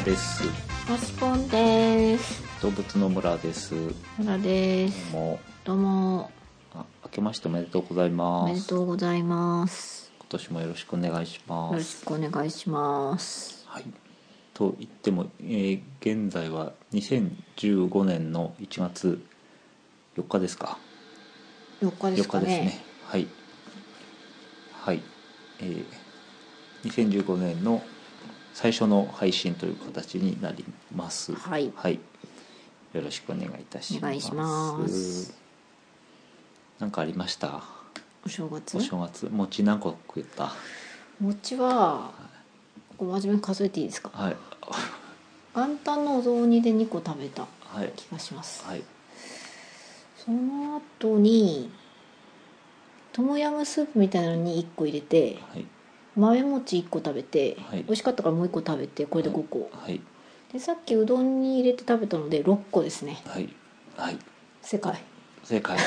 です。 マスコンです。 動物の村です。 村です。どうも。 明けましておめでとうございます。 おめでとうございます。 今年もよろしくお願いします。 よろしくお願いします。 はい。と言っても、現在は2015年の1月4日ですか。 4日ですかね。 4日ですね。はい。はい。2015年の最初の配信という形になります。 はい。 はい。よろしくお願いいたします。 お願いします。 なんかありました？ お正月？ お正月餅何個食った？ 餅は真面目に数えていいですか？ はい。 元旦のお雑煮で2個食べた気がします。 はい。 その後にトムヤムスープみたいなのに1個入れて、 はい、 豆餅1個食べて、 はい、 美味しかったからもう1個食べて、これで5個、 はい、 でさっきうどんに入れて食べたので6個ですね。 はいはい。 正解正解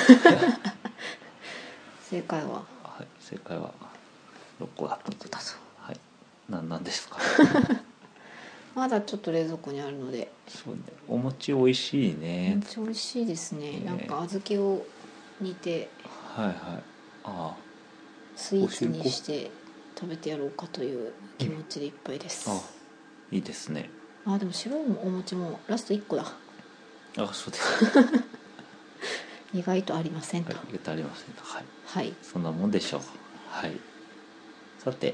正解は、 はい、正解は6個だったと。はい。何ですか？ まだちょっと冷蔵庫にあるので。 そうね。お餅美味しいね。 お餅美味しいですね。なんか小豆を煮て、 はいはい。ああ。 スイーツにして食べてやろうかという気持ちでいっぱいです。 あ、いいですね。 でも白いお餅もラスト1個だ。 あ、そうです。 意外とありませんと。 意外とありませんと。はい。 はい。 そんなもんでしょう。はい。さて、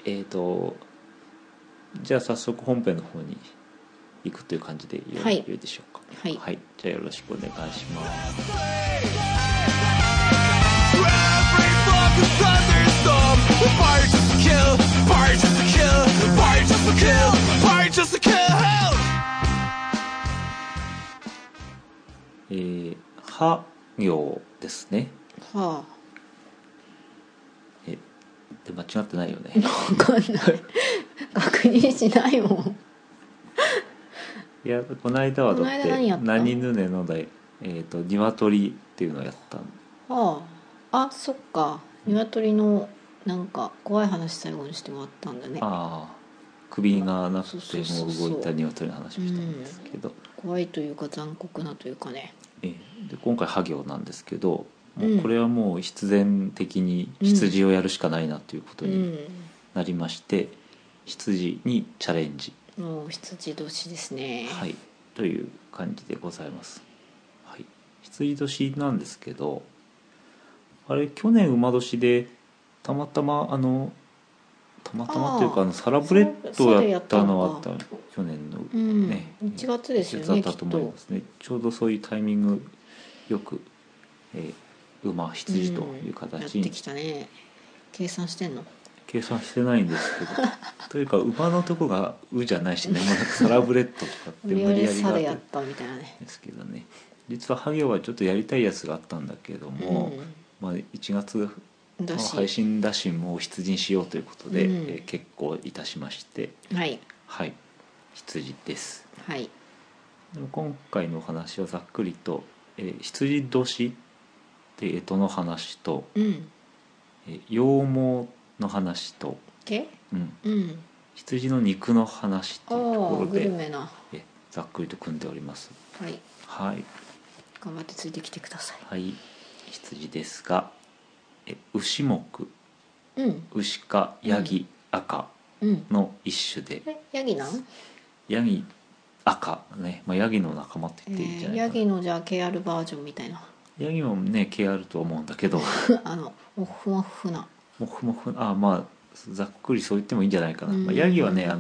じゃあ早速本編の方に行くという感じでよいでしょうか。 はい。 はい。じゃあよろしくお願いします。は行ですね。 はあ。 で間違ってないよね。 分かんない。確認しないもん。 いやこの間はだって何ぬねので鶏っていうのをやったの。あ、そっか。鶏のなんか怖い話最後にしてもらったんだね。 ああ、首がなくてもう動いた鶏の話をしたんですけど、 怖いというか残酷なというかね。 で今回は行なんですけど、もうこれはもう必然的に羊をやるしかないなということになりまして、羊にチャレンジ。 もう羊年ですね。 はい、という感じでございます。はい、羊年なんですけど、あれ去年馬年でたまたまというかサラブレッドをやったのは去年のね、 1月ですよね。 だったと思いますね。ちょうどそういうタイミングよく、馬羊という形に、 やってきたね。計算してんの？ 計算してないんですけどというか馬のとこが「う」じゃないしね、サラブレッドとかって無理やりがあやったみたいなねですけどね。実はハ行はちょっとやりたいやつがあったんだけども、1月の配信だしもう羊にしようということで、決行いたしまして、 はい、 はい、羊です。 はい。 でも今回のお話はざっくりと、羊年って干支の話と、羊毛の話と、羊の肉の話というところでグルメなざっくりと組んでおります。 はい、 はい、 頑張ってついてきてください。 はい、羊ですが、牛目、牛かヤギ、赤の一種で、 ヤギなん？ ヤギ赤ね、ヤギの仲間って言っていいんじゃないかな。 ヤギのじゃあ KR バージョンみたいな。 ヤギもね KR と思うんだけどモフモフなざっくりそう言ってもいいんじゃないかな。ヤギはね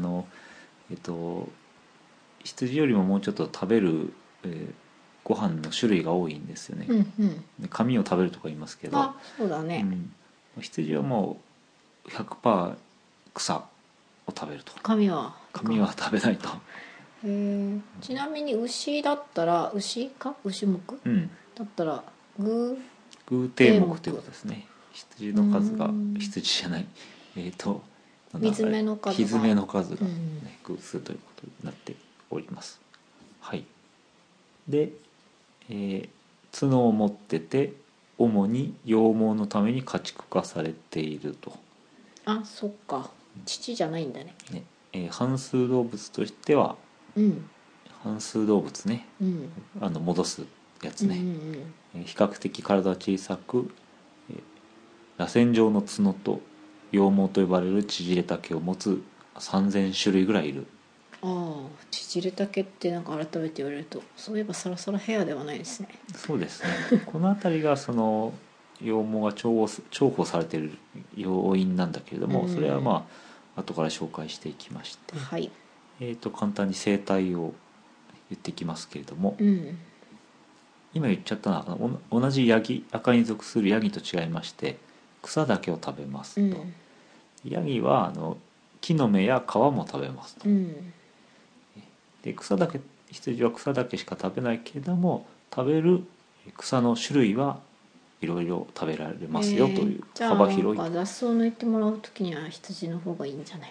羊よりももうちょっと食べる、ご飯の種類が多いんですよね。紙を食べるとか言いますけど、 そうだね。 羊はもう 100% 草を食べると。 紙は食べないと。 ちなみに牛だったら牛目、だったら偶定目ということですね。羊の数が羊じゃない水目の数が、偶数ということになっております。はい。で、角を持ってて主に羊毛のために家畜化されていると。 そっか、乳じゃないんだね。 半数動物としては半数動物ね、戻すやつね、比較的体は小さく、螺旋状の角と羊毛と呼ばれる縮れ丈を持つ3000種類ぐらいいる。 ああ、縮れ丈ってなんか改めて言われると、そういえばサラサラヘアではないですね。 そうですねこの辺りがその羊毛が重宝されている要因なんだけれども、それはまあ後から紹介していきまして、 はい、 簡単に生態を言っていきますけれども、今言っちゃったのは同じヤギアカに属するヤギと違いまして草だけを食べますと、ヤギは木の芽や皮も食べますと、で羊は草だけしか食べないけれども食べる草の種類はいろいろ食べられますよという幅広い。 じゃあ雑草抜いてもらう時には羊の方がいいんじゃない？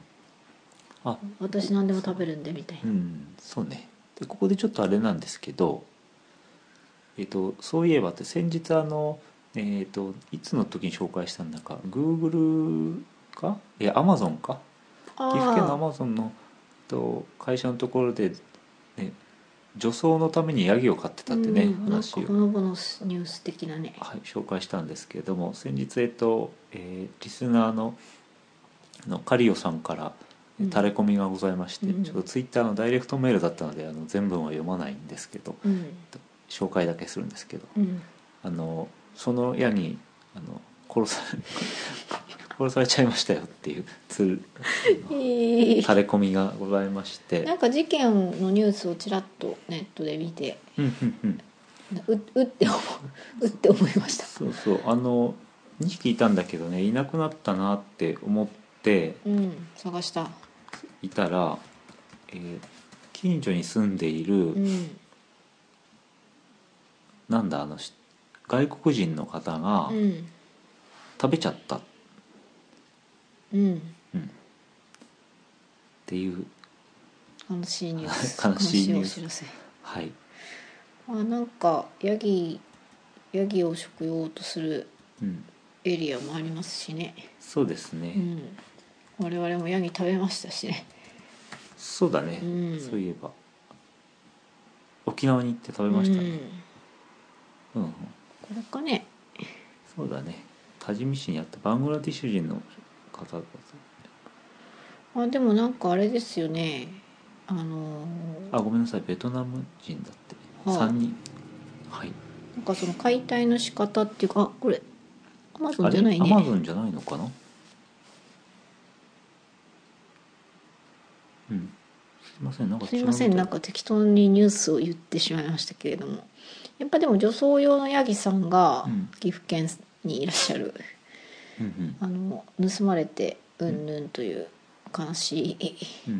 私何でも食べるんでみたいな。 そうね。でここでちょっとあれなんですけど、そういえばって先日いつの時に紹介したんだか Google かAmazon か岐阜県の Amazon の会社のところで、ね、除草のためにヤギを飼ってたってね、話をなんかほのぼのニュース的なね、 紹介したんですけれども、先日リスナーのカリオさんからタレコミがございまして、ちょっとツイッターのダイレクトメールだったので全文は読まないんですけど、紹介だけするんですけど、そのヤギ殺されちゃいましたよっていうタレコミがございまして、 なんか事件のニュースをちらっとネットで見てうって思いました。 そう2匹いたんだけどね、いなくなったなって思って探したいたら、近所に住んでいる、なんだ外国人の方が食べちゃった、っていう悲しいニュース悲しいニュースお知らせ。 はい。 なんかヤギを食用とするエリアもありますしね。 そうですね、 我々もヤギ食べましたしね。 そうだね、そういえば沖縄に行って食べましたね。これかね。 そうだね、多治見市にあったバングラディッシュ人の方だった。 でもなんかあれですよね、 ごめんなさい、ベトナム人だって、3人。 なんかその解体の仕方っていうか、これアマゾンじゃないね。 アマゾンじゃないのかな。すいません、 なんか適当にニュースを言ってしまいましたけれども、やっぱでも除草用のヤギさんが岐阜県にいらっしゃる、盗まれてうんぬんという悲しい、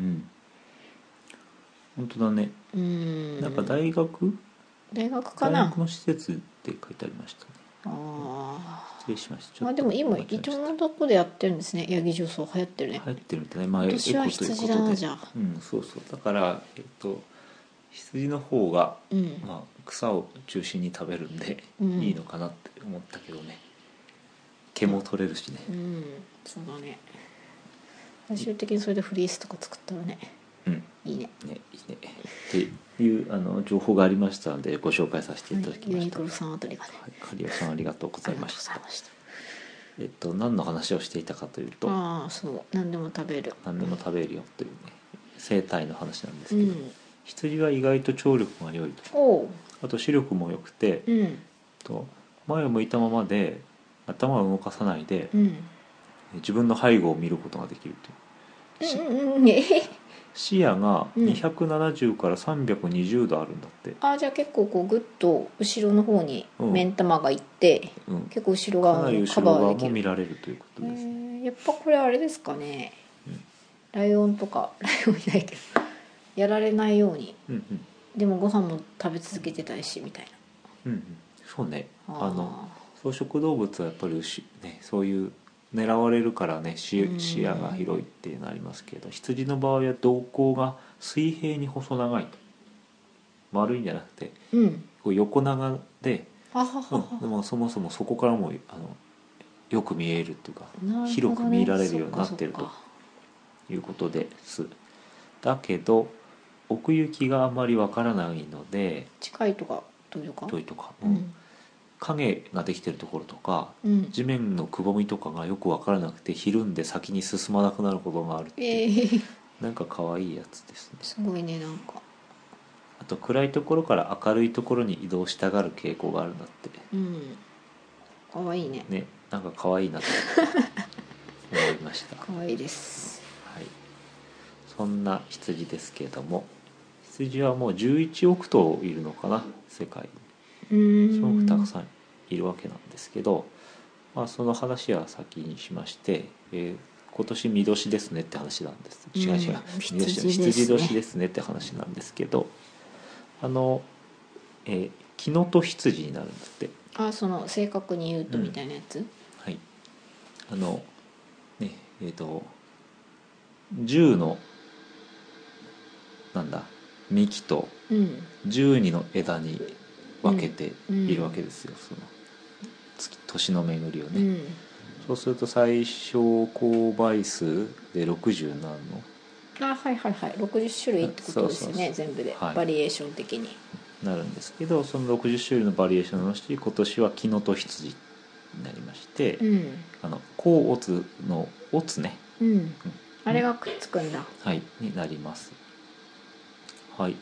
本当だね。なんか大学かな、大学の施設って書いてありましたね。失礼しました。 でも今いろんなとこでやってるんですね。ヤギ除草流行ってるね。 流行ってるみたいな、 今年は羊だな。じゃあそうだから羊の方が、草を中心に食べるんでいいのかなって思ったけどね、毛も取れるしね。 そうだね。最終的にそれでフリースとか作ったらね、いいね。いいねっていう情報がありましたのでご紹介させていただきました。 ユニクロさんあたりがね。 カリオさんありがとうございました。何の話をしていたかというと、 そう何でも食べるよというね、生態の話なんですけど、羊は意外と聴力が良いと、あと視力も良くて、前を向いたままで頭を動かさないで、自分の背後を見ることができるという。視野が270から320度あるんだって。 じゃあ結構こうグッと後ろの方に目ん玉がいって、結構後ろ側のカバーできる。 も見られるということです。 やっぱこれあれですかね、ライオンいないけどやられないように、でもご飯も食べ続けてたいしみたいな。 そうね。草食動物はやっぱりそういう狙われるからね、視野が広いっていうのありますけど、羊の場合は瞳孔が水平に細長いと、丸いんじゃなくて、こう横長で、でもそもそもそこからもよく見えるっていうか、広く見られるようになってるということです。だけど奥行きがあまりわからないので、 近いとか遠いとか、 遠いとか、 うん影ができてるところとか、 うん、 地面のくぼみとかがよくわからなくてひるんで先に進まなくなることがあるっていう、なんか可愛いやつですね。 すごいね。なんかあと暗いところから明るいところに移動したがる傾向があるんだって。 かわいいね。 ね、なんか可愛いなと思いました。 かわいいです。 はい、そんな羊ですけれども、羊はもう11億頭いるのかな、世界に。すごくたくさんいるわけなんですけど、まあ、その話は先にしまして、今年見年ですねって話なんです。違う違う、見年じゃない、羊年ですねって話なんですけど、木のと羊になるんだって。 その正確に言うとみたいなやつ、 はい、ね10のなんだ幹と12の枝に分けているわけですよ、その年の巡りをね、そうすると最小公倍数で60になるの。 はいはいはい、60種類ってことですよね。 そう全部で、 はい、 バリエーション的になるんですけど、その60種類のバリエーションのうち今年は木のと羊になりまして、甲乙の乙ね、 あれがくっつくんだ。 はいになります。はい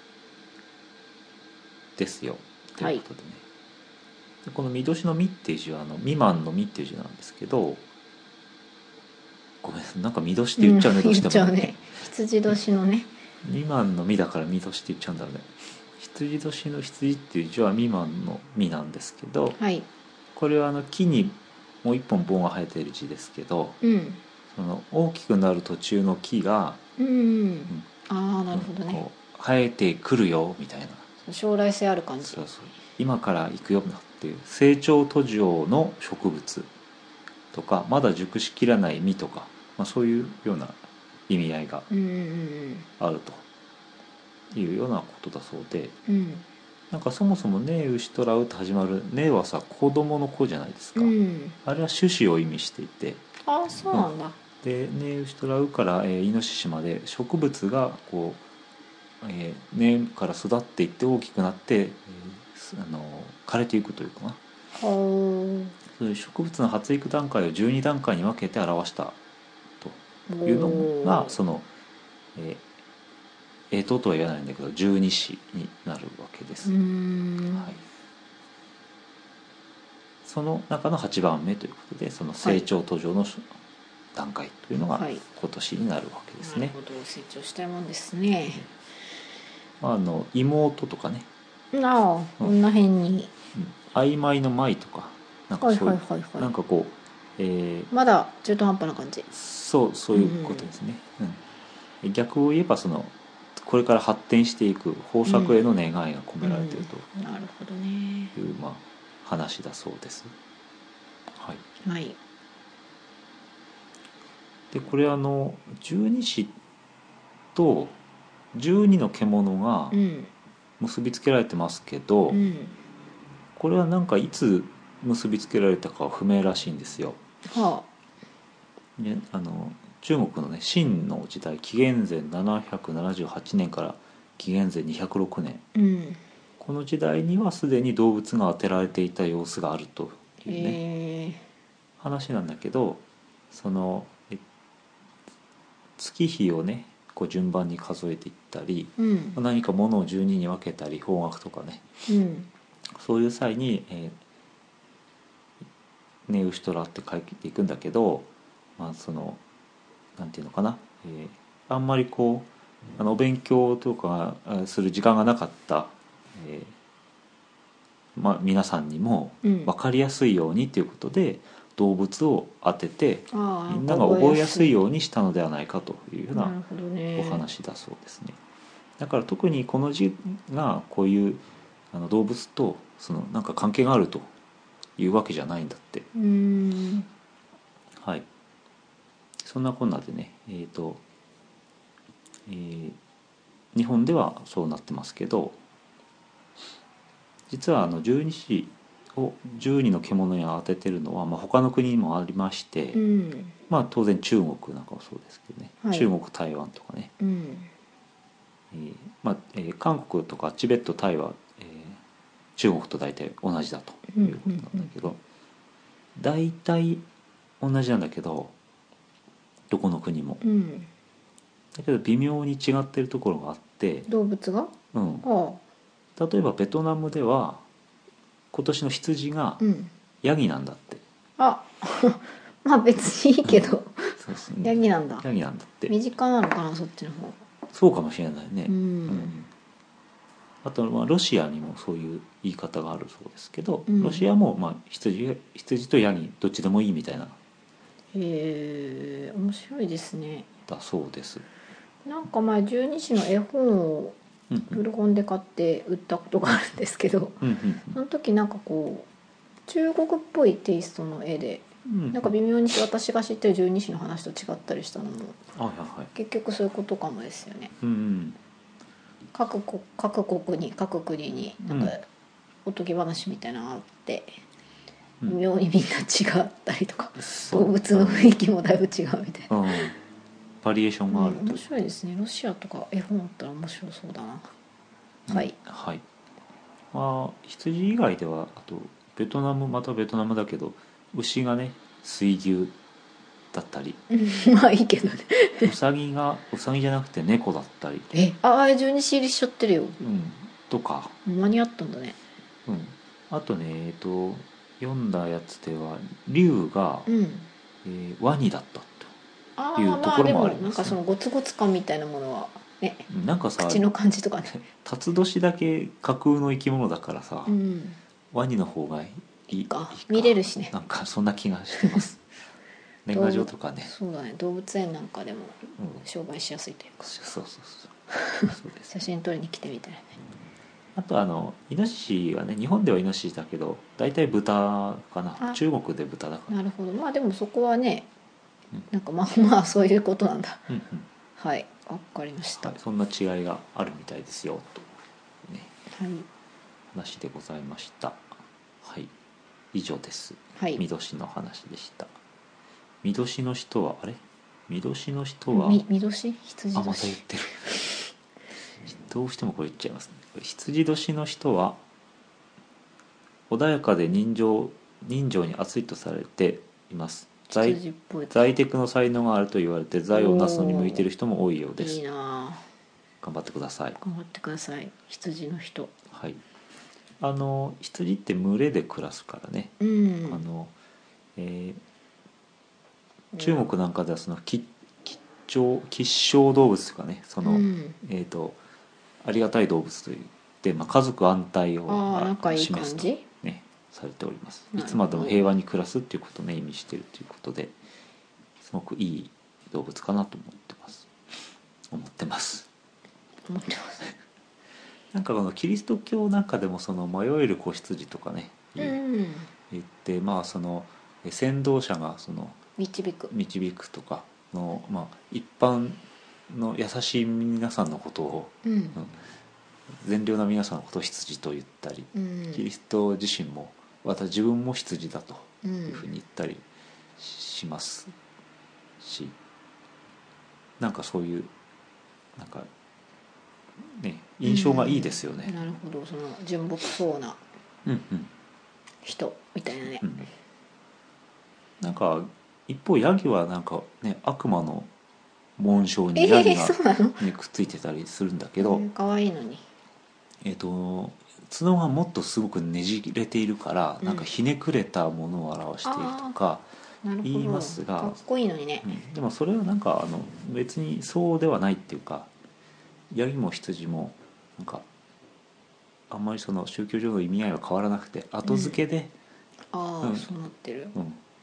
ですよということでね、でこの見年の「見」っていう字は未満の「見」っていう字なんですけど、ごめんなんか見年って言っちゃうね、どうしても言っちゃうね。羊年のね、 未満の「見」だから見年って言っちゃうんだろうね。羊年の羊っていう字は未満の「見」なんですけど、 はい、 これは木にもう一本棒が生えている字ですけど、その大きくなる途中の木が、 なるほどね、 こう生えてくるよみたいな、 将来性ある感じ。 そうそう今から行くよっていう成長途上の植物とか、まだ熟しきらない実とか、そういうような意味合いがあるというようなことだそうで、なんかそもそも「ねえ牛とらう」と始まる「ねえ」はさ子供の子じゃないですか、あれは種子を意味していて、 そうなんだ、 で「ねえ牛とらう」からイノシシまで植物がこう、根から育っていって大きくなって、枯れていくというかな、そういう植物の発育段階を12段階に分けて表したというのがその干支とは言わないんだけど十二支になるわけです。はい、その中の8番目ということで、その成長途上の段階というのが今年になるわけですね。 なるほど、成長したいもんですね。 妹とかね、 こんな辺に、 曖昧の舞とか、なんかそういう、なんかこう、 まだ中途半端な感じ。 そういうことですね、逆を言えばそのこれから発展していく豊作への願いが込められているとなるほどね、 いう話だそうです。はい、でこれ十二支と12の獣が結びつけられてますけど、これはなんかいつ結びつけられたかは不明らしいんですよ。ね、中国のね秦の時代、紀元前778年から紀元前206年、この時代にはすでに動物が当てられていた様子があるというね、話なんだけど、その月日をねこう順番に数えていったり、何か物を12に分けたり方角とかね、そういう際に「ね牛とら」って書いていくんだけど、そのなんていうのかな、あんまりこうお勉強とかする時間がなかった、皆さんにも分かりやすいようにということで、動物を当ててみんなが覚えやすいようにしたのではないかというようなお話だそうですね。だから特にこの字がこういう動物となんか関係があるというわけじゃないんだって。はい、そんなこんなでね、日本ではそうなってますけど、実は十二支を12の獣に当ててるのは、他の国にもありまして、当然中国なんかもそうですけどね、中国台湾とかね、 韓国とかチベットタイは、中国と大体同じだということなんだけど、大体同じなんだけどどこの国も、だけど微妙に違ってるところがあって、 動物が、 例えばベトナムでは今年の羊がヤギなんだって、 まあ別にいいけど、 そうですね、 ヤギなんだ。 ヤギなんだって。 身近なのかな、そっちの方が。 そうかもしれないね。あとロシアにもそういう言い方があるそうですけど、ロシアも羊とヤギどっちでもいいみたいな。 面白いですね。 だそうです。 なんか前十二支の絵本を古本で買って売ったことがあるんですけど、その時なんかこう中国っぽいテイストの絵で、なんか微妙に私が知ってる十二支の話と違ったりしたのも、結局そういうことかもですよね。各国に各国になんかおとぎ話みたいなのがあって、微妙にみんな違ったりとか、動物の雰囲気もだいぶ違うみたいな、 バリエーションがあると、 面白いですね。ロシアとか絵本あったら面白そうだな。はい、 羊以外ではあとベトナム、またベトナムだけど牛がね水牛だったりまあいいけどねウサギじゃなくて猫だったり、 十二支入りしちゃってるよ、 とか間に合ったんだね。 あとね読んだやつでは竜が、ワニだったというところもありますね。 なんかそのゴツゴツ感みたいなものはね、 なんかさ口の感じとかね、 辰年だけ架空の生き物だからさ、ワニの方がいいか見れるしね、 なんかそんな気がしてます年賀状とかね、 そうだね、動物園なんかでも商売しやすいというか、 そうです写真撮りに来てみたいなね。 あとイノシシはね、日本ではイノシシだけど大体豚かな、中国で豚だから。 なるほど、まあでもそこはね、なんかまあそういうことなんだ。はい、わかりました。 そんな違いがあるみたいですよとね、話でございました。以上です。見年の話でした。見年の人は見年の人は見年羊年、 また言ってるどうしてもこれ言っちゃいますね。羊年の人は穏やかで人情に熱いとされています。在テクの才能があると言われて財を成すのに向いている人も多いようです。 いいな、 頑張ってください。 頑張ってください、羊の人。 羊って群れで暮らすからね、中国なんかではその吉祥動物とかね、その、ありがたい動物といって、家族安泰を示すとねされております。いつまでも平和に暮らすっていうことをね意味しているということで、すごくいい動物かなと思ってますなんかこのキリスト教なんかでもその迷える子羊とかね、言ってその先導者がその導くとかの、一般の優しい皆さんのことを、善良な皆さんのことを羊と言ったり、キリスト自身も自分も羊だというふうに言ったりしますし、なんかそういうなんかね印象がいいですよね。 なるほど、その純朴そうな人みたいなね。 なんか一方ヤギはなんかね悪魔の紋章にヤギが、くっついてたりするんだけど、 可愛いのに角がもっとすごくねじれているから、なんかひねくれたものを表しているとか言いますが、 かっこいいのにね、 でもそれはなんか別にそうではないっていうか、ヤギも羊もなんかあんまりその宗教上の意味合いは変わらなくて、後付けで、 そうなってる、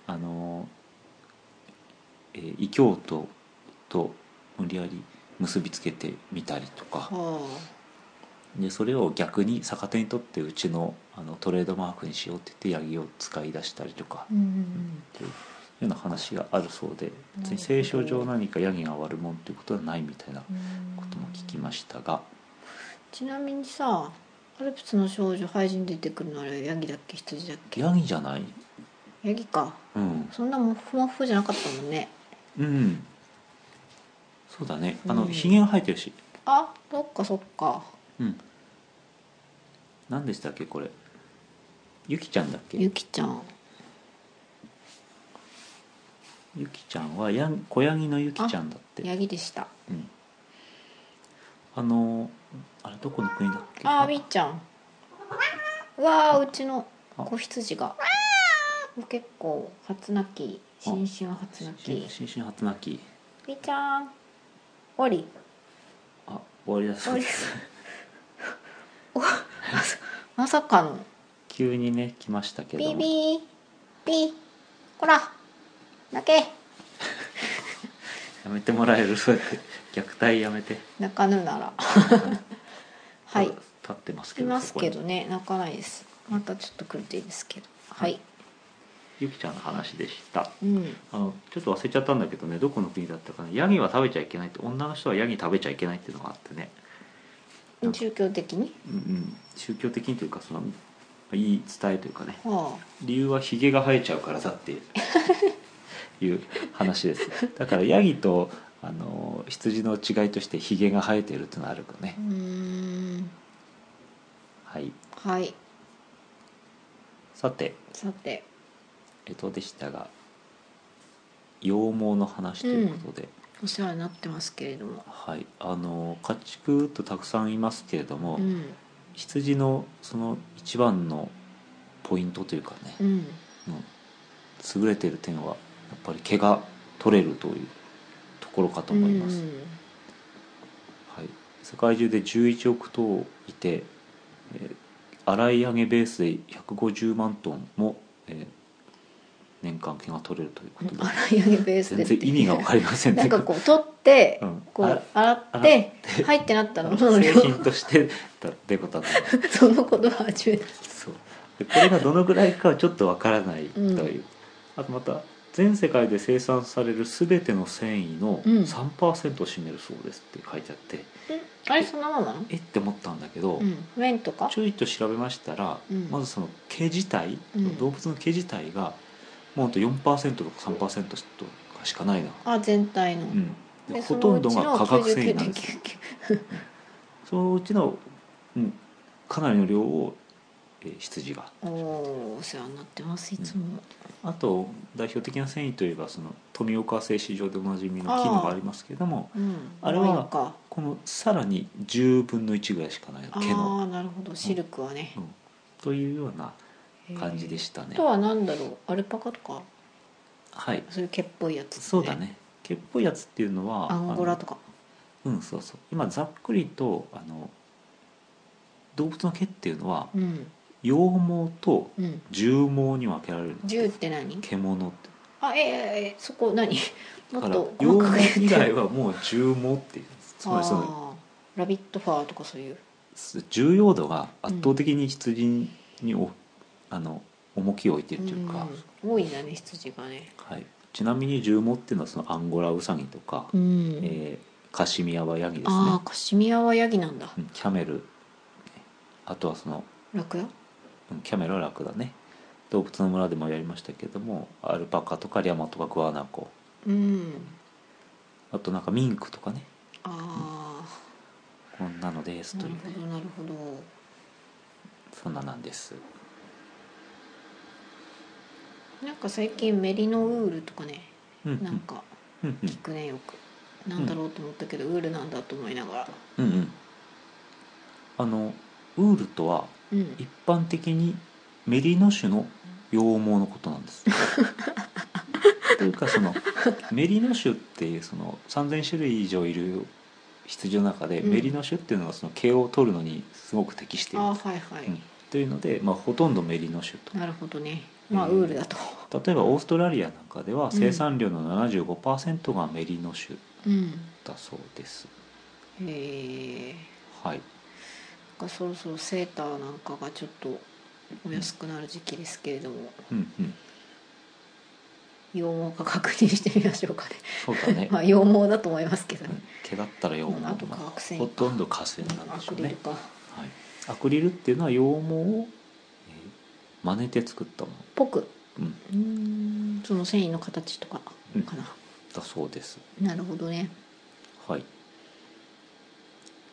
異教徒と無理やり結びつけてみたりとか、でそれを逆に逆手にとってうちのトレードマークにしようって言ってヤギを使い出したりとか、というような話があるそうで、別に聖書上何かヤギが悪者ということはないみたいなことも聞きましたが、 ちなみにさ、アルプスの少女廃人出てくるのあれヤギだっけ羊だっけ？ ヤギじゃない？ ヤギか、そんなモフモフじゃなかったもんね。 そうだね、ひげが生えてるし。 あ、そっかそっか。 何でしたっけこれ、ゆきちゃんだっけ。 ゆきちゃん。 ゆきちゃんは小ヤギのゆきちゃんだって。 ヤギでした。 あれどこの国だっけ。 みーちゃん。うわー、うちの子羊が結構初鳴き、新春初鳴き。 新春初鳴き。 みーちゃん、終わり。 終わりだそうです。 まさかの急にね来ましたけども。 ビービービー、こら泣け。 やめてもらえる。そうやって虐待やめて。 泣かぬならはい、 立ってますけど。 いますけどね、泣かないです。またちょっと来るといいですけど。はい、 ゆきちゃんの話でした。 うん、 ちょっと忘れちゃったんだけどね、どこの国だったかな。ヤギは食べちゃいけないって、女の人はヤギ食べちゃいけないっていうのがあってね。 宗教的に、 宗教的にというか、その言い伝えというかね、 は理由はヒゲが生えちゃうからだっていう話です。だからヤギと羊の違いとしてヒゲが生えているっていうのがあるからね。はいはい。 さてでしたが、羊毛の話ということで、 お世話になってますけれども、 はい、家畜とたくさんいますけれども、 うん、 羊のその一番のポイントというかね、優れている点はやっぱり毛が取れるというところかと思います。はい、世界中で11億頭いて、洗い上げベースで150万トンも、年間毛が取れるということで、 洗い上げベースで全然意味が分かりませんね。 なんかこう取って、こう洗って入ってなったのの製品としてだってことだと思う。 そのことは初めて。 そうで、これがどのぐらいかはちょっと分からないという、あとまた全世界で生産される全ての繊維の 3% を占めるそうですって書いてあって、 あれそんなもんなの？ って思ったんだけど、 綿とかちょいと調べましたら、まずその毛自体、動物の毛自体がもうほんと 4% とか 3% とかしかないな。 全体の、 でほとんどが化学繊維なんです。そのうちの、かなりの量を、羊が。 お世話になってますいつも。 あと代表的な繊維といえばその富岡製糸場でおなじみの絹がありますけれども、あれはこのさらに10分の1ぐらいしかないの、毛の。 なるほど、シルクはね、 というような感じでしたね。 あとは何だろう、アルパカとか、 はい、 そういう毛っぽいやつ、ね、 そうだね。毛っぽいやつっていうのはアンゴラとか、 そうそう、今ざっくりと動物の毛っていうのは、羊毛と獣毛に分けられるんです。 獣って何？ 獣って。 そこ何？もっと羊毛以外はもう獣毛っていう。つまりそのラビットファーとかそういう重要度が圧倒的に羊に重きを置いてるというか、 多いんだね羊がね。 はい、ちなみに獣毛っていうのはそのアンゴラウサギとか、カシミヤワヤギですね。 カシミヤワヤギなんだ。 キャメル、あとはそのラクダ？ キャメルはラクダね。動物の村でもやりましたけども、アルパカとかリャマとかグアナコ、あとなんかミンクとかね、こんなのですという、 なるほど。 そんななんです。 なんか最近メリノウールとかね、なんか聞くねよく。なんだろうと思ったけど、ウールなんだと思いながら。 ウールとは一般的にメリノ種の羊毛のことなんです。というかそのメリノ種っていうその3000種類以上いる羊の中で、メリノ種っていうのはその毛を取るのにすごく適している、というので、ほとんどメリノ種と。 なるほどね。ウールだと。 例えばオーストラリアなんかでは生産量の 75% がメリノ種だそうです。はい。 そろそろセーターなんかがちょっとお安くなる時期ですけれども、羊毛か確認してみましょうかね。 そうだね。 羊毛だと思いますけどね。 毛だったら羊毛、 あと化学繊維、 ほとんど化繊なんでしょうね。 はい、 アクリルっていうのは羊毛を真似て作ったものぽく、その繊維の形とかかな、 だそうです。 なるほどね。 はい。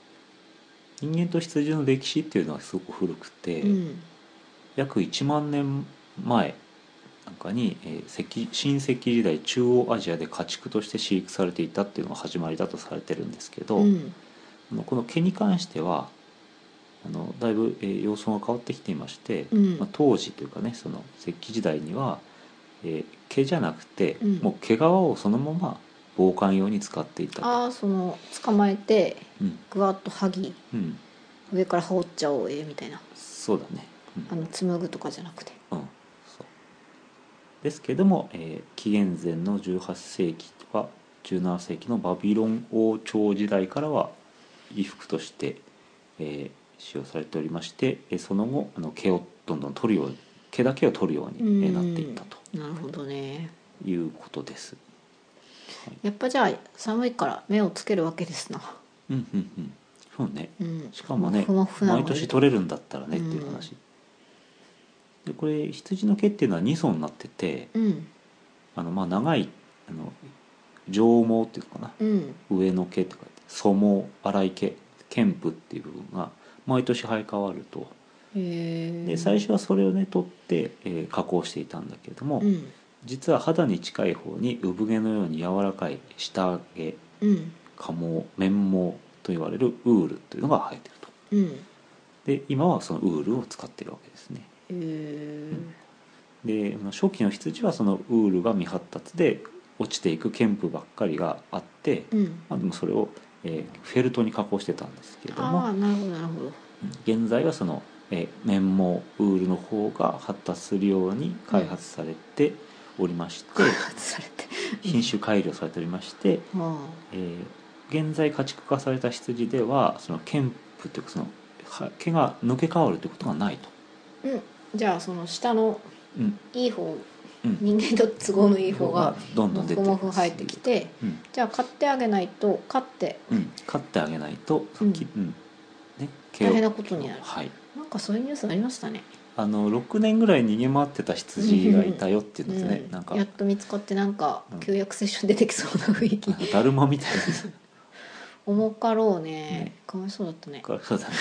人間と羊の歴史っていうのはすごく古くて、約1万年前なんかに、新石器時代中央アジアで家畜として飼育されていたっていうのが始まりだとされてるんですけど、この毛に関してはだいぶ、様相が変わってきていまして、当時というかねその石器時代には、毛じゃなくて、もう毛皮をそのまま防寒用に使っていたと。 その捕まえてぐわっと剥ぎ、上から羽織っちゃおうみたいな。 そうだね、 紡ぐとかじゃなくて、 そうですけども、紀元前の18世紀とか17世紀のバビロン王朝時代からは衣服として、使用されておりまして、その後毛をどんどん取るように毛だけを取るようになっていったと。 なるほどね。 いうことです。 やっぱじゃあ寒いから目をつけるわけですな。 そうね、しかもね毎年取れるんだったらねっていう話、でこれ羊の毛っていうのは2層になってて、長い上毛っていうのかな、上の毛って書いて粗毛粗い毛剣布っていう部分が毎年生え変わると。で最初はそれをね取って、加工していたんだけれども、実は肌に近い方に産毛のように柔らかい下毛、加毛綿毛と言われるウールというのが生えていると、で今はそのウールを使っているわけですね。で初期の羊はそのウールが未発達で落ちていく剣布ばっかりがあって、でもそれを、フェルトに加工してたんですけれども、 なるほどなるほど。 現在はその、綿毛ウールの方が発達するように開発されておりまして、品種改良されておりまして、現在家畜化された羊ではその剣布というかその毛が抜け変わるということがないと。 じゃあその下のいい方、人間と都合のいい方がどんどん出てもふもふ生えてきて、じゃあ買ってあげないと飼ってあげないと、 大変なことになる。なんかそういうニュースありましたね。 6年ぐらい逃げ回ってた羊がいたよっていうんですね、なんかやっと見つかってなんか旧約聖書に出てきそうな雰囲気、 だるまみたいです重かろうね。かわいそうだったね。 そうだね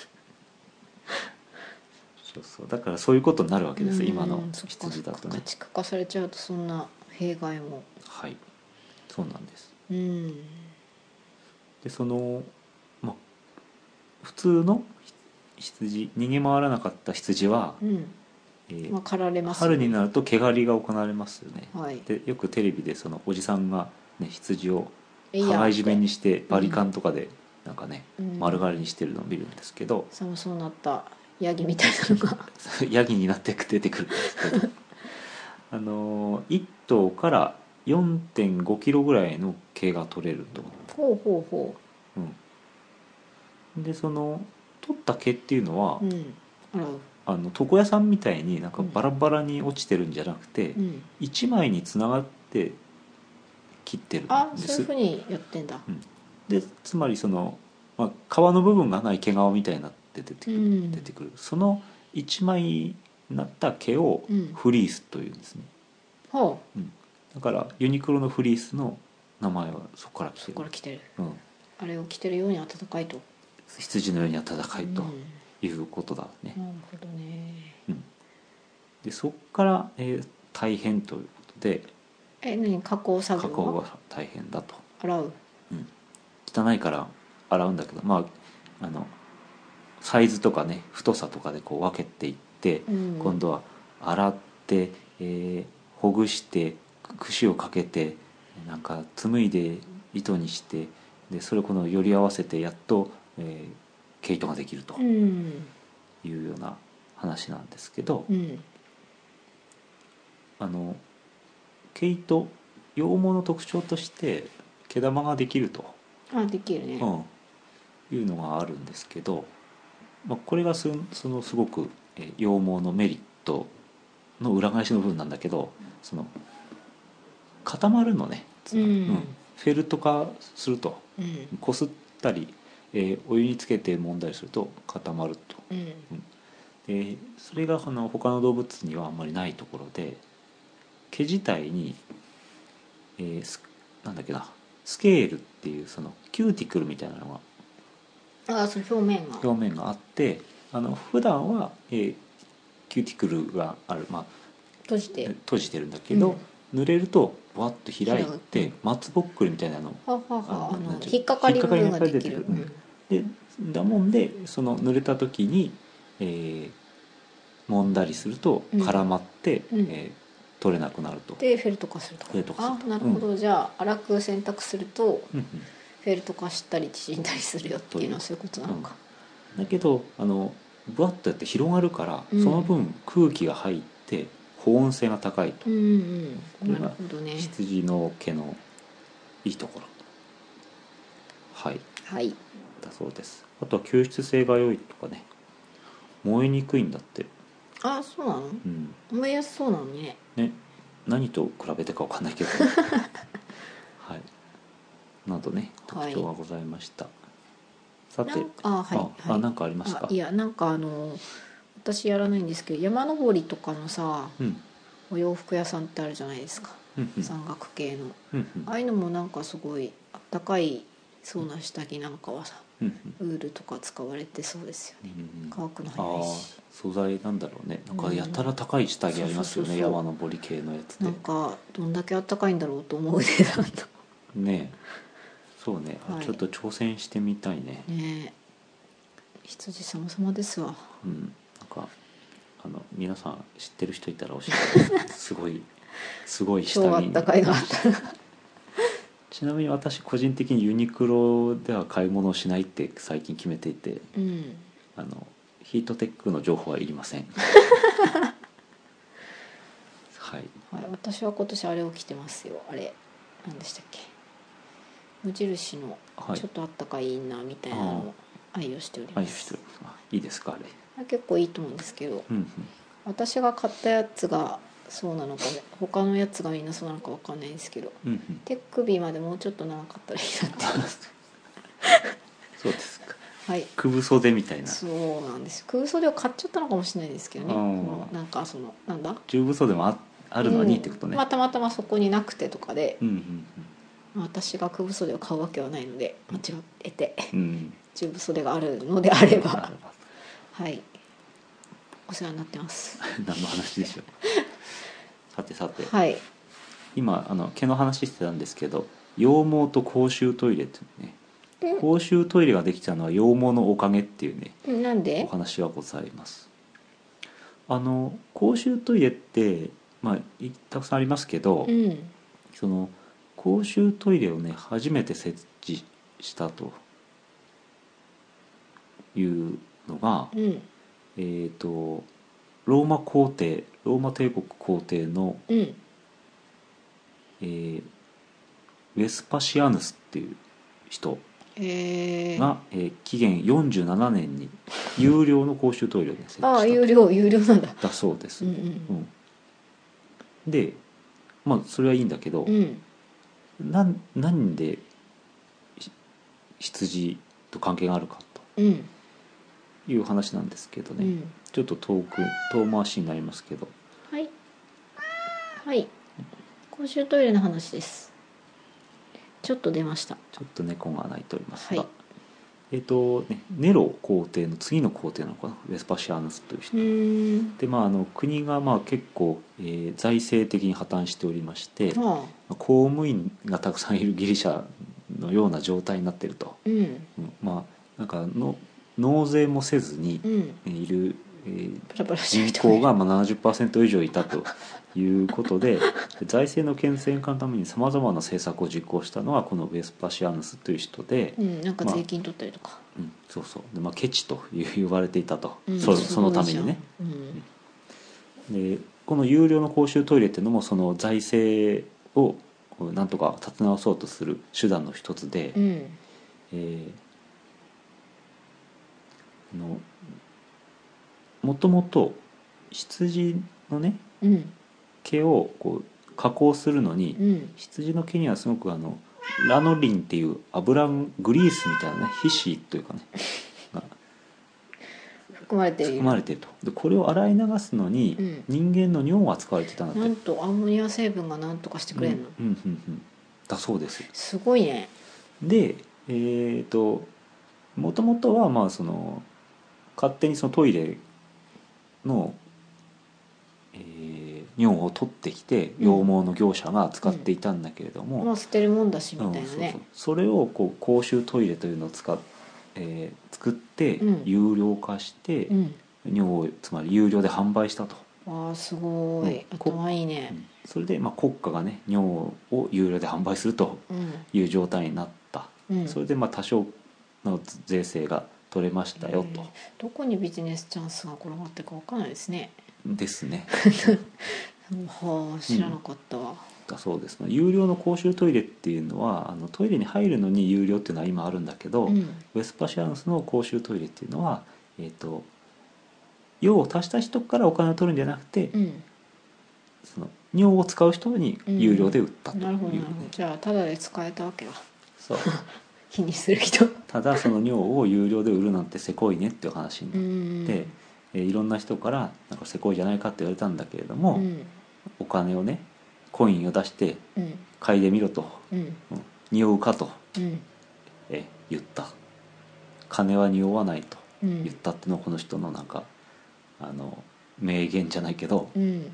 そうだからそういうことになるわけです、今の羊だとね。 家畜化されちゃうとそんな弊害も。 そうなんです。でその普通の羊逃げ回らなかった羊は、 狩られます、 春になると毛刈りが行われますよね。でよくテレビでそのおじさんが、羊を羽交い締めにしてバリカンとかでなんかね、丸刈りにしてるのを見るんですけど、 寒そうなったヤギみたいなのがヤギになって出てくるんですけど1頭から4.5キロぐらいの毛が取れると。でその取った毛っていうのは、床屋さんみたいになんかバラバラに落ちてるんじゃなくて、1枚につながって切ってるんです。 そういうふうにやってんだ。 でつまりその、皮の部分がない毛皮みたいになって出てくる、その1枚になった毛をフリースというんですね。だからユニクロのフリースの名前はそこから来てる。 あれを着てるように暖かいと。 羊のように暖かいということだね。 なるほどね。 でそこから、大変ということで、 加工作業加工が大変だと。 洗う、 汚いから洗うんだけど、サイズとかね太さとかでこう分けていって、今度は洗って、ほぐして櫛をかけてなんか紡いで糸にして、でそれをこのより合わせてやっと、毛糸ができるというような話なんですけど、毛糸羊毛の特徴として毛玉ができるとできるね、 いうのがあるんですけど、これがそのすごく羊毛のメリットの裏返しの部分なんだけど、その固まるのね、フェルト化すると、こすったり、お湯につけて揉んだりすると固まると、でそれが他の動物にはあんまりないところで、毛自体に、なんだっけな、スケールっていうそのキューティクルみたいなのがああ、その表面があって普段は、キューティクルがある、 閉じてるんだけど、濡れるとバッと開いて松ぼっくりみたいなの引っかかり部分ができる。 でだもんでその濡れた時に、揉んだりすると絡まって、取れなくなると。 でフェルト化すると。あ、なるほど。じゃあ粗く洗濯すると、フェルト化したり縮んだりするよっていうのはそういうことなのか。 だけどブワッとやって広がるから、その分空気が入って保温性が高いと。 なるほどね。 羊の毛のいいところ。はい。 はい。 だそうです。あとは吸湿性が良いとかね。燃えにくいんだって。 あ、そうなの？燃えやすそうなのね。 ね、何と比べてかわかんないけど、はい。などね特徴がございました。さて、なんかありますか？ いや、なんか私やらないんですけど、山登りとかのさ、お洋服屋さんってあるじゃないですか。山岳系の、ああいうのもなんかすごいあったかいそうな下着なんかはさ、ウールとか使われてそうですよね。乾くの早いし。 素材なんだろうね。なんかやたら高い下着ありますよね、山登り系のやつで。 なんかどんだけあったかいんだろうと思う値段と。 ねえ、そうね、ちょっと挑戦してみたいね。 ねえ、羊様々ですわ。 なんか皆さん知ってる人いたら教えて。すごい下着。 超あったかいがあったら。 ちなみに私個人的にユニクロでは買い物をしないって最近決めていて、ヒートテックの情報はいりません。はい、 私は今年あれを着てますよ。あれ何でしたっけ、無印のちょっとあったかいインナーみたいなのを愛用しております。 いいですか？あれ結構いいと思うんですけど、私が買ったやつがそうなのかね、他のやつがみんなそうなのか分かんないんですけど、手首までもうちょっと長かったらいいなって思います。 そうですか。 はい、 首袖みたいな。 そうなんです。首袖を買っちゃったのかもしれないですけどね。なんかなんだ、 中部袖もあるのにってことね。 たまたまそこになくてとかで、私が首袖を買うわけはないので、間違えて、中部袖があるのであれば、はい、お世話になってます。 何の話でしょう。さて、 はい、 今毛の話してたんですけど、羊毛と公衆トイレってね、公衆トイレができたのは羊毛のおかげっていうね、 なんで？ お話はございます。公衆トイレってたくさんありますけど、その公衆トイレをね初めて設置したというのが、ローマ帝国皇帝の、ウェスパシアヌスっていう人が、紀元47年に有料の公衆トイレを、ね、設置した。 有料なんだ。 だそうです。でそれはいいんだけど、なんで羊と関係があるかという話なんですけどね、ちょっと遠回しになりますけど、 はい、公衆トイレの話です。ちょっと出ました。 ちょっと猫が鳴いておりますが、ネロ皇帝の次の皇帝なのかな、ウェスパシアヌスという人で、国が結構、財政的に破綻しておりまして、公務員がたくさんいるギリシャのような状態になっていると、なんか納税もせずにいる、人口が70% 以上いたということで、財政の健全化のためにさまざまな政策を実行したのがこのウェスパシアヌスという人で、 なんか税金取ったりとか、 そうで、ケチと言われていたと、そのためにね、でこの有料の公衆トイレっていうのもその財政をなんとか立て直そうとする手段の一つで、もともと羊のね、毛を加工するのに、羊の毛にはすごくラノリンっていう油グリースみたいなね、皮脂というかねが含まれていると。でこれを洗い流すのに、人間の尿が使われてたんだって。 なんとアンモニア成分がなんとかしてくれるの、 だそうです。 すごいね。 でもともとはまあその勝手にそのトイレの、尿を取ってきて羊毛の業者が使っていたんだけれども、 まあ捨てるもんだしみたいなね、 それをこう公衆トイレというのを作って有料化して、尿をつまり有料で販売したと。 ああすごい、頭いいね。 それでまあ国家がね尿を有料で販売するという状態になった、それでまあ多少の税制が取れましたよと、 どこにビジネスチャンスが転がってるか分からないですね。 ですねはあ知らなかったわ、 だそうです。有料の公衆トイレっていうのはトイレに入るのに有料っていうのは今あるんだけど、ウェスパシアヌスの公衆トイレっていうのは用を足した人からお金を取るんじゃなくて、その尿を使う人に有料で売ったという、 なるほどなるほど。じゃあタダで使えたわけだ。 そう気にする人ただその尿を有料で売るなんてせこいねっていう話になって、いろんな人からなんかせこいじゃないかって言われたんだけれども、お金をねコインを出して嗅いでみろと、匂うかと、言った。金は匂わないと言ったってのはこの人のなんか名言じゃないけど、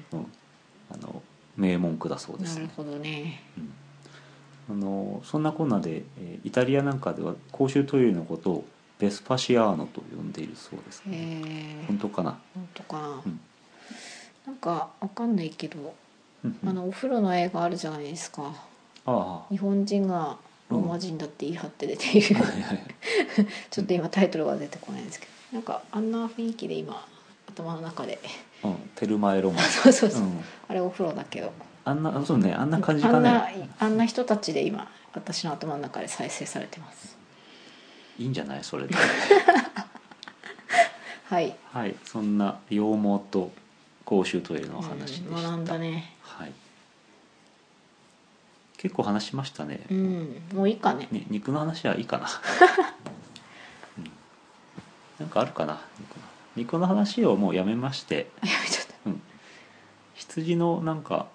名文句だそうですね。 なるほどね。 そんなこんなでイタリアなんかでは公衆トイレのことをベスパシアーノと呼んでいるそうですね。本当かな。 本当かな、なんかわかんないけど、お風呂の映画あるじゃないですか。日本人がローマ人だって言い張って出ている、ちょっと今タイトルが出てこないんですけど、なんかあんな雰囲気で今頭の中で、 テルマエロマンそう、あれお風呂だけどそうね、あんな感じかね。 あんな人たちで今私の頭の中で再生されてます。 いいんじゃないそれではい、 そんな羊毛と公衆トイレのお話でした。 学んだね。 結構話しましたね。 もういいかね。 肉の話はいいかななんかあるかな。肉の話をもうやめまして、 やめちゃった。 羊のなんか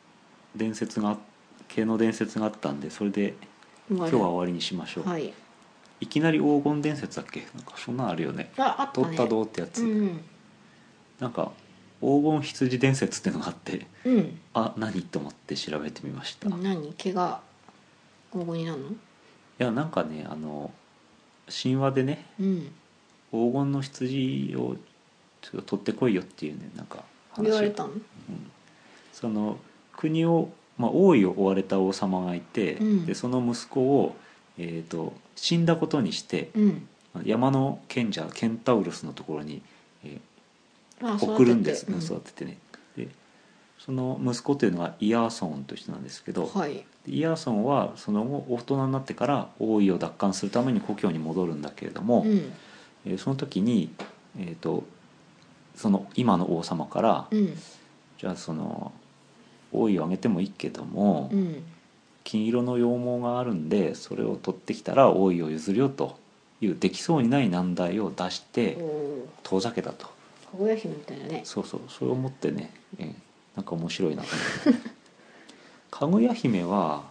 系の伝説があったんで、それで今日は終わりにしましょう。いきなり黄金伝説だっけ、なんかそんなんあるよね。 あったね。 取ったどうってやつ、なんか黄金羊伝説っていうのがあって、何と思って調べてみました。 何毛が黄金になるの？いやなんかね神話でね、黄金の羊をちょっと取ってこいよっていうね、なんか話言われたの？ その国を、王位を追われた王様がいて、でその息子を、死んだことにして、山の賢者ケンタウルスのところに、送るんですね、育ててね。でその息子というのはイヤーソンという人なんですけど、イヤーソンはその後大人になってから王位を奪還するために故郷に戻るんだけれども、その時に、その今の王様から、じゃあその王位をあげてもいいけども、金色の羊毛があるんでそれを取ってきたら王位を譲るよというできそうにない難題を出して遠ざけたと。かぐや姫みたいなね。 それを思ってね、なんか面白いなと思ってかぐや姫は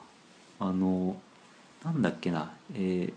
なんだっけな、5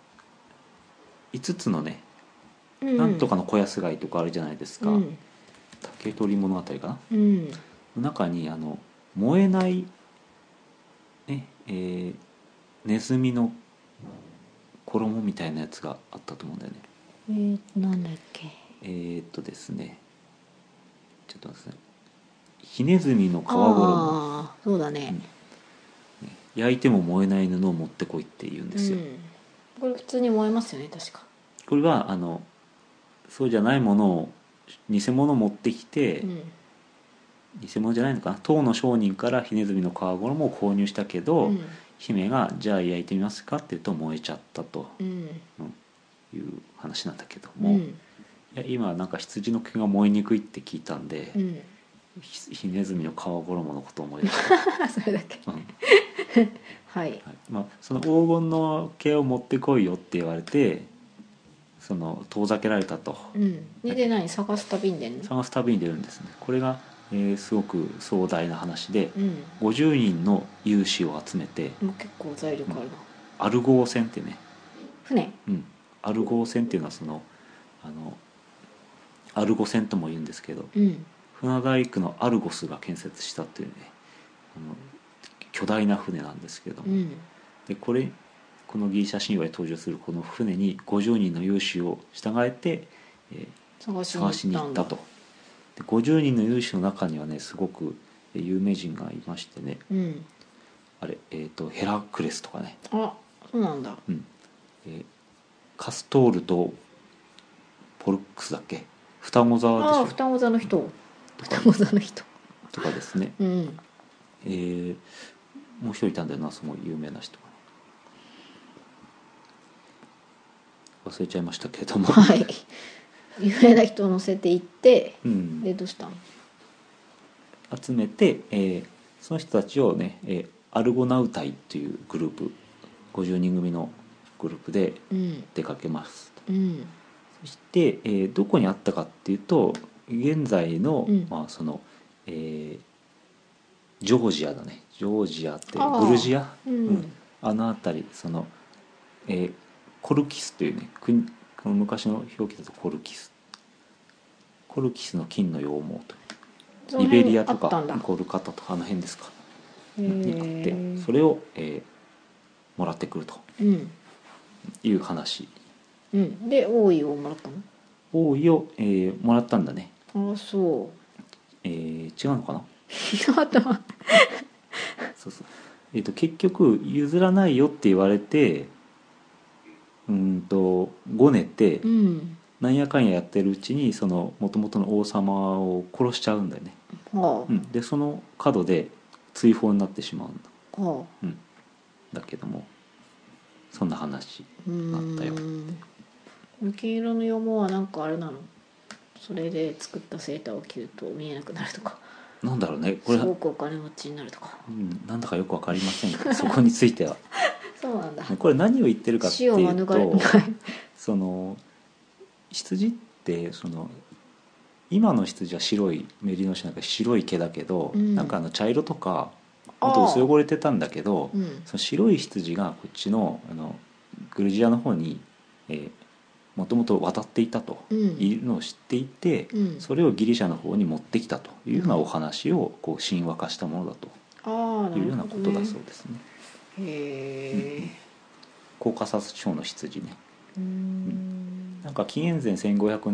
つのね、なんとかの小安貝とかあるじゃないですか、竹取物語かな、中に燃えない、ねネズミの衣みたいなやつがあったと思うんだよね。 なんだっけ。 ですね、ちょっとですね、ヒネズミの皮衣。 そうだね、 焼いても燃えない布を持ってこいって言うんですよ。 これ普通に燃えますよね確か。 これはそうじゃないものを偽物を持ってきて、偽物じゃないのかな、唐の商人からヒネズミの皮衣を購入したけど、姫がじゃあ焼いてみますかって言うと燃えちゃったと、いう話なんだけども、今なんか羊の毛が燃えにくいって聞いたんで、ヒネズミの皮衣のことを思い出したそれだけ、 その黄金の毛を持ってこいよって言われて遠ざけられたと。 で何探す旅に出るの？ 探す旅に出るんですね。これが、すごく壮大な話で、50人の有志を集めて、 結構財力あるな。 アルゴー船ってね、 船、 アルゴ船っていうのはそのアルゴ船とも言うんですけど、船大工のアルゴスが建設したというね巨大な船なんですけども、でこのギリシャ神話に登場するこの船に50人の勇士を従えて、探しに行ったと。で50人の勇士の中にはねすごく有名人がいましてね、あれ、ヘラクレスとかね、 そうなんだ、 カストールとポルックスだっけ、双子座でしょ。 双子座の人とかですね、もう一人いたんだよな、その有名な人が忘れちゃいましたけれども有名な人を乗せていって、でどうしたの？ 集めて、その人たちをね、アルゴナウ隊というグループ、50人組のグループで出かけます、そして、どこにあったかっていうと現在の、その、ジョージアだね、ジョージアってグルジア、あの辺り、その、コルキスというね国、この昔の表記だとコルキスの金の羊毛とリベリアとかコルカタとかあの辺ですかにあって、それを、もらってくるという話、 で王位をもらったの？ 王位を、もらったんだね。 そう、 違うのかなそうそう、結局譲らないよって言われてごねて、なんやかんややってるうちにその元々の王様を殺しちゃうんだよね、でその角で追放になってしまうんだ、だけどもそんな話があったよ。 金色の羊毛はなんかあれなの？それで作ったセーターを着ると見えなくなるとか、 なんだろうね、これすごくお金持ちになるとか、 なんだかよく分かりませんがそこについてはそうなんだ。 これ何を言ってるかっていうとその羊ってその今の羊は白いメリノ種なんか白い毛だけど、なんか茶色とかもっと薄汚れてたんだけど、その白い羊がこっちのグルジアの方にもともと渡っていたというのを知っていて、それをギリシャの方に持ってきたというようなお話をこう神話化したものだというようなことだそうですね。コーカサス地方の羊ね、なんか紀元前1500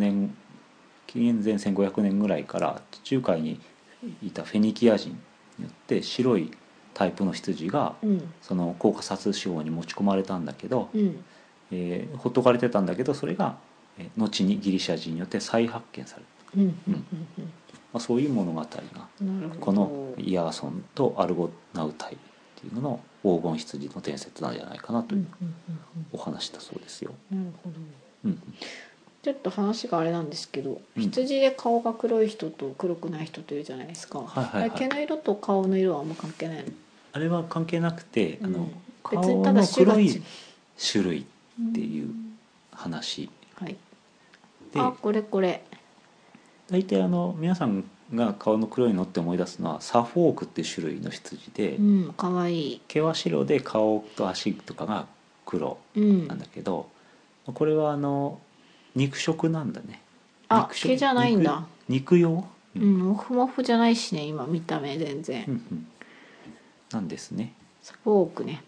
年ぐらいから地中海にいたフェニキア人によって白いタイプの羊が、そのコーカサス地方に持ち込まれたんだけど、ほっとかれてたんだけど、それが後にギリシャ人によって再発見された、そういう物語がこのイアーソンとアルゴナウタイっていうのの黄金羊の伝説なんじゃないかなというお話だそうですよ。 なるほど、ちょっと話があれなんですけど、羊で顔が黒い人と黒くない人といるじゃないですか、毛の色と顔の色はあんま関係ないの？ あれは関係なくて、顔の黒い種類っていう話、 でこれ大体皆さんが顔の黒いのって思い出すのはサフォークっていう種類の羊で、 かわいい。 毛は白で顔と足とかが黒なんだけど、これは肉食なんだね。 毛じゃないんだ。 肉用、 モフモフじゃないしね、今見た目全然、 なんですね。 サフォークね、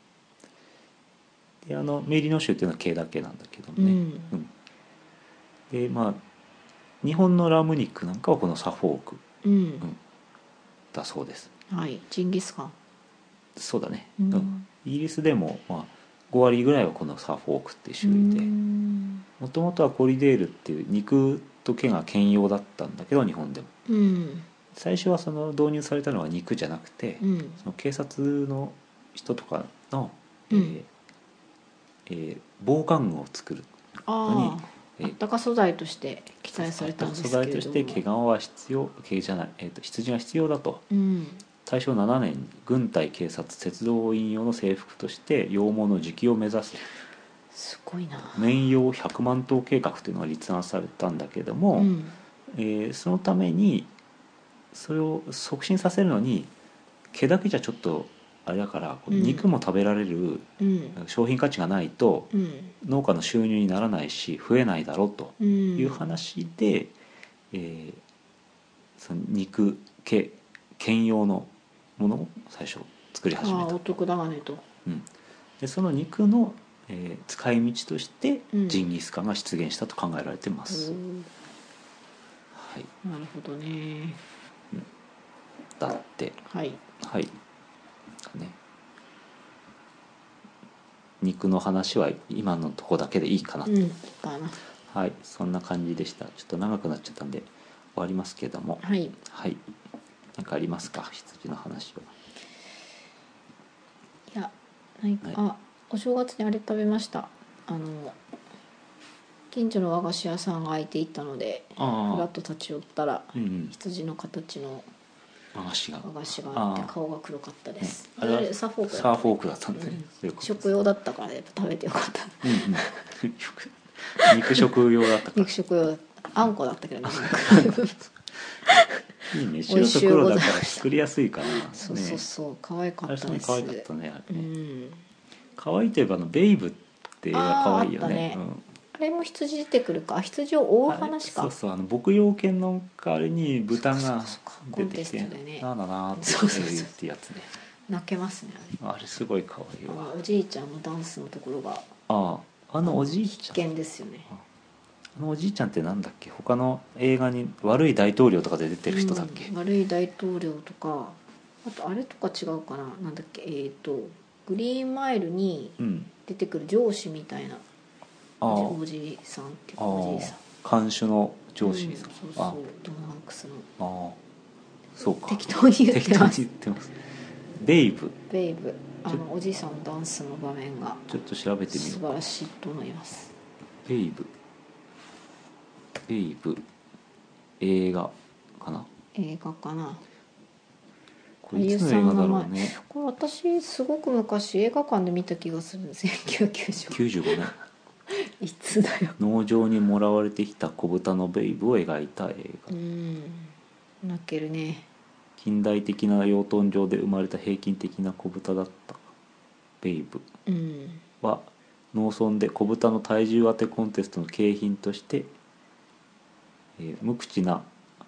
でメリノ種っていうのは毛だけなんだけどね、で日本のラム肉なんかはこのサフォーク、だそうです。 ジンギスカン。 そうだね、イギリスでも5割ぐらいはこのサフォークっていう種類で、もともとはコリデールっていう肉と毛が兼用だったんだけど日本でも、最初はその導入されたのは肉じゃなくて、その警察の人とかの、防寒具を作るのに、 あったか素材として記載されたんですけれども、 素材として毛皮は必要、羊が必要だと、大正7年に軍隊警察鉄道員用の制服として羊毛の自給を目指すすごいな綿羊100万頭計画というのが立案されたんだけども、そのためにそれを促進させるのに毛だけじゃちょっとあれだからこの肉も食べられる商品価値がないと農家の収入にならないし増えないだろうという話で、その肉兼用のものを最初作り始めた。 お得だねと、 でその肉の、使い道としてジンギスカンが出現したと考えられてます、はい、 なるほどね、 だってはいはいね、肉の話は今のとこだけでいいかなと、はい、そんな感じでした。ちょっと長くなっちゃったんで終わりますけども、 はい、 はい、何かありますか、羊の話は。 いや、何か、はい、お正月にあれ食べました。近所の和菓子屋さんが開いていたのでふらっと立ち寄ったら、羊の形の和菓子があって顔が黒かったです。あれサーフォークだったんで、食用だったからやっぱ食べてよかった。 肉食用だったから。 肉食用だった。あんこだったけどね。 いいね、白と黒だから作りやすいかな。 そうそうそう、可愛かったです。 あれ可愛かったね、あれね。可愛いといえばベイブって可愛いよね。 あれも羊出てくるか、羊を追う話か。 そうそう、牧羊犬の代わりに豚が出てきて、なんだなって言ってやつね。 泣けますねあれすごい可愛いわ。 おじいちゃんのダンスのところが、 おじいちゃん。 危険ですよね。 おじいちゃんってなんだっけ、他の映画に悪い大統領とかで出てる人だっけ。 悪い大統領とか、あとあれとか違うかな、なんだっけ、グリーンマイルに出てくる上司みたいな。おじいさんっていうかおじいさん、 看守の上司さん、 そうそう、トム・ハンクスの。 そうか、 適当に言ってます。 ベイブ、 おじいさんのダンスの場面がちょっと調べてみよう。 素晴らしいと思います。 ベイブ映画かな。これいつの映画だろうね。 これ私すごく昔映画館で見た気がする。1995 年いつだよ。 農場にもらわれてきた子豚のベイブを描いた映画。 泣けるね。 近代的な養豚場で生まれた平均的な子豚だったベイブは、農村で子豚の体重当てコンテストの景品として、無口な、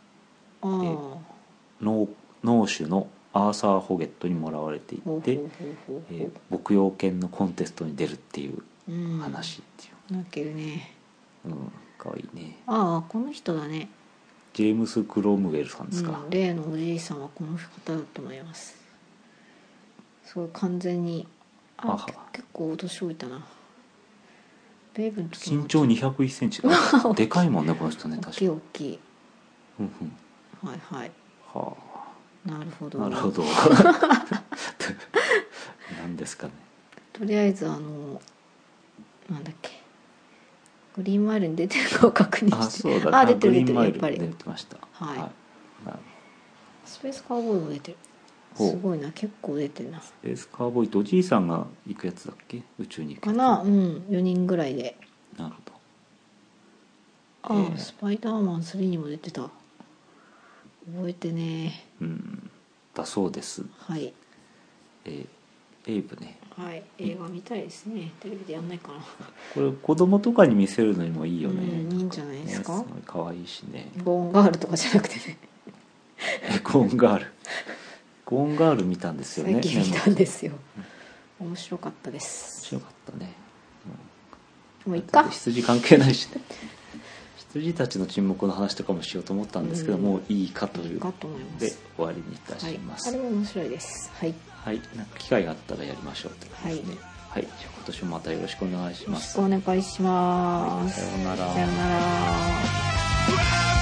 農主のアーサー・ホゲットにもらわれていて、牧羊犬のコンテストに出るっていう話っていう。 泣けるね。 かわいいね。 この人だね。 ジェームス・クロムウェルさんですか。 例のおじいさんはこの方だと思います。すごい完全に結構お年老いたな。ベイブの時身長201センチでかいもんねこの人ね。確かに大きい。はいはい。なるほど。 なんですかね。 とりあえずなんだっけ、グリーンマイルに出てるかを確認して。 そうだ、 出てるやっぱり出てました。 スペースカウボーイも出てる。すごいな、結構出てるな。 スペースカウボーイっておじいさんが行くやつだっけ、宇宙に行くやつかな。4人ぐらいで。 なるほど。 スパイダーマン3にも出てた。覚えてね。 だそうです。 はい。 ベイブね。 はい、映画見たいですね。テレビでやんないかな。 これ子供とかに見せるのにもいいよね。 いいんじゃないですか。 すごい可愛いしね。 ゴーンガールとかじゃなくてね。 ゴーンガール見たんですよね。 最近見たんですよ。面白かったです。 面白かったね。 もういっか。 羊関係ないしね。羊たちの沈黙の話とかもしようと思ったんですけど、もういいかというので終わりにいたします。 あれも面白いです。はい。 はい、なんか機会があったらやりましょうということですね。はい、じゃあ今年もまたよろしくお願いします。 よろしくお願いします。 さようなら。 さようなら。